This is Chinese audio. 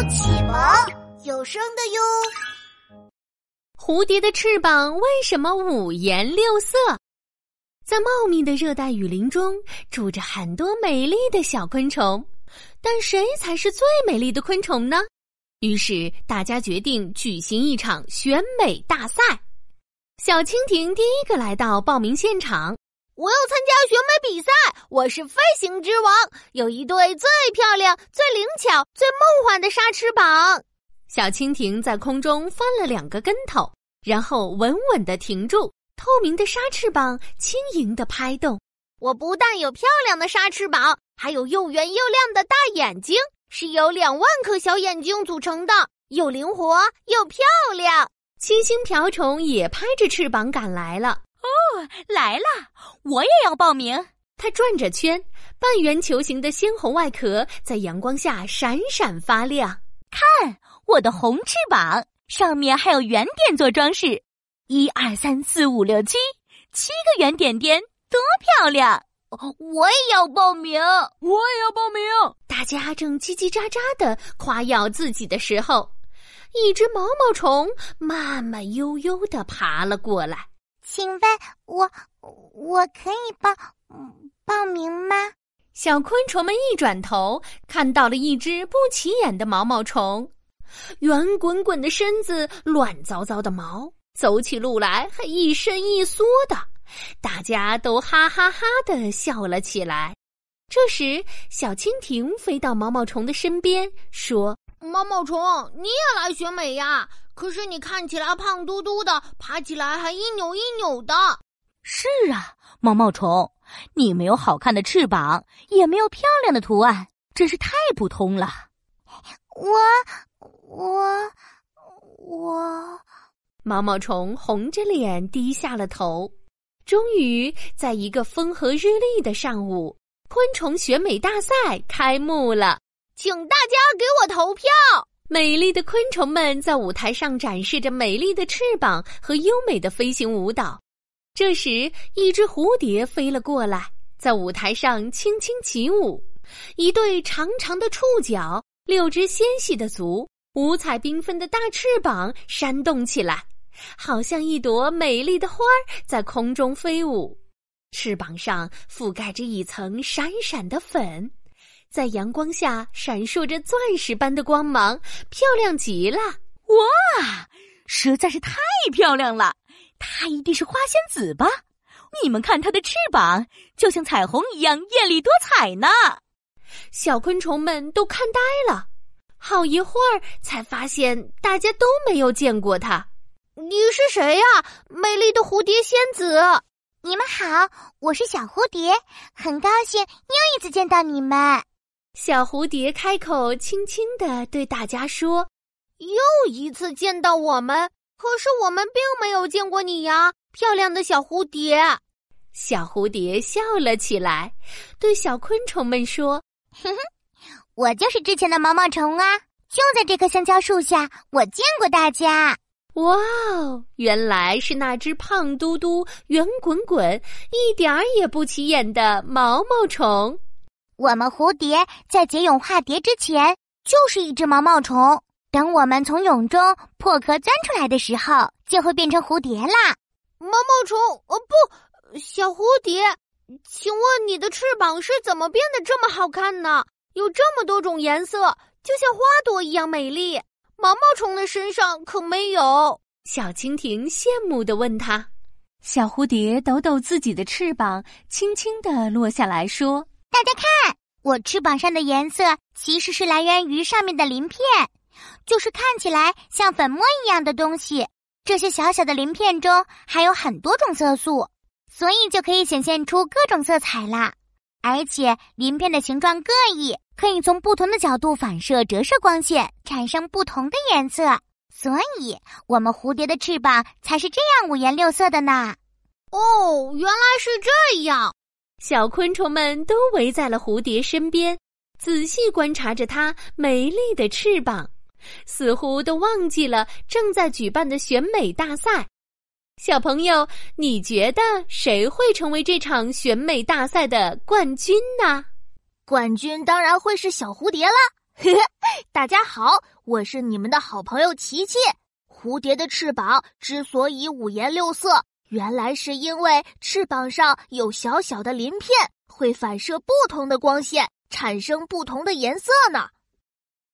启蒙有声的哟。 蝴蝶的翅膀为什么五颜六色？在茂密的热带雨林中，住着很多美丽的小昆虫，但谁才是最美丽的昆虫呢？于是大家决定举行一场选美大赛。小蜻蜓第一个来到报名现场。 我要参加选美比赛，我是飞行之王，有一对最漂亮、最灵巧、最梦幻的纱翅膀。 小蜻蜓在空中翻了2个跟头，然后稳稳地停住，透明的纱翅膀轻盈地拍动。 我不但有漂亮的纱翅膀，还有又圆又亮的大眼睛，是由2万颗小眼睛组成的，又灵活又漂亮。 七星瓢虫也拍着翅膀赶来了。 来了，我也要报名。 它转着圈，半圆球形的鲜红外壳在阳光下闪闪发亮。 看，我的红翅膀，上面还有圆点做装饰。1、2、3、4、5、6、7，7个圆点点，多漂亮！ 我也要报名， 我也要报名。 大家正叽叽喳喳地夸耀自己的时候，一只毛毛虫慢慢悠悠地爬了过来。 请问我可以报名吗？ 小昆虫们一转头，看到了一只不起眼的毛毛虫，圆滚滚的身子，乱糟糟的毛，走起路来还一伸一缩的，大家都哈哈哈地笑了起来。这时，小蜻蜓飞到毛毛虫的身边，说：“ 毛毛虫，你也来选美呀？可是你看起来胖嘟嘟的，爬起来还一扭一扭的。” 是啊，毛毛虫，你没有好看的翅膀，也没有漂亮的图案，真是太普通了。 毛毛虫红着脸低下了头。终于，在一个风和日丽的上午，昆虫选美大赛开幕了。 请大家给我投票！ 美丽的昆虫们在舞台上展示着美丽的翅膀和优美的飞行舞蹈。这时，一只蝴蝶飞了过来，在舞台上轻轻起舞。一对长长的触角，6只纤细的足，五彩缤纷的大翅膀扇动起来，好像一朵美丽的花儿在空中飞舞。翅膀上覆盖着一层闪闪的粉，在阳光下闪烁着钻石般的光芒，漂亮极了。 哇，实在是太漂亮了！它一定是花仙子吧？你们看它的翅膀，就像彩虹一样艳丽多彩呢。 小昆虫们都看呆了，好一会儿才发现大家都没有见过它。 你是谁呀？美丽的蝴蝶仙子。 你们好，我是小蝴蝶，很高兴又一次见到你们。 小蝴蝶开口，轻轻地对大家说：“ 又一次见到我们，可是我们并没有见过你呀，漂亮的小蝴蝶。” 小蝴蝶笑了起来，对小昆虫们说：“ 哼哼，我就是之前的毛毛虫啊，就在这棵香蕉树下，我见过大家。” 哇哦，原来是那只胖嘟嘟、圆滚滚、一点儿也不起眼的毛毛虫。 我们蝴蝶在结蛹化蝶之前就是一只毛毛虫，等我们从蛹中破壳钻出来的时候，就会变成蝴蝶啦。 毛毛虫，不，小蝴蝶，请问你的翅膀是怎么变得这么好看呢？有这么多种颜色，就像花朵一样美丽。毛毛虫的身上可没有。 小蜻蜓羡慕地问他。小蝴蝶抖抖自己的翅膀，轻轻地落下来说：“ 大家看，我翅膀上的颜色其实是来源于上面的鳞片，就是看起来像粉末一样的东西。这些小小的鳞片中含有很多种色素，所以就可以显现出各种色彩啦。而且鳞片的形状各异，可以从不同的角度反射折射光线，产生不同的颜色。所以我们蝴蝶的翅膀才是这样五颜六色的呢。” 哦，原来是这样。 小昆虫们都围在了蝴蝶身边，仔细观察着它美丽的翅膀，似乎都忘记了正在举办的选美大赛。小朋友，你觉得谁会成为这场选美大赛的冠军呢？ 冠军当然会是小蝴蝶了， 大家好，我是你们的好朋友琪琪。蝴蝶的翅膀之所以五颜六色，原来是因为翅膀上有小小的鳞片，会反射不同的光线，产生不同的颜色呢。